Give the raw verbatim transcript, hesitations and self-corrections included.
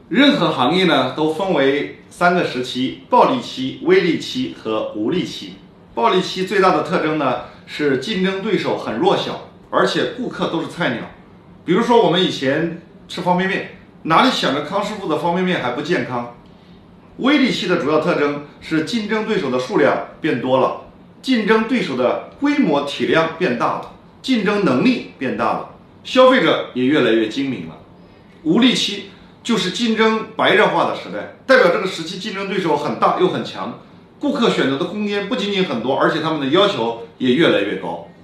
任何行业呢都分为三个时期：暴利期、微利期和无利期。暴利期最大的特征呢是竞争对手很弱小，而且顾客都是菜鸟。比如说我们以前吃方便面，哪里想着康师傅的方便面还不健康？微利期的主要特征是竞争对手的数量变多了，竞争对手的规模体量变大了，竞争能力变大了，消费者也越来越精明了。无利期就是竞争白热化的时代，代表这个时期竞争对手很大又很强，顾客选择的空间不仅仅很多，而且他们的要求也越来越高。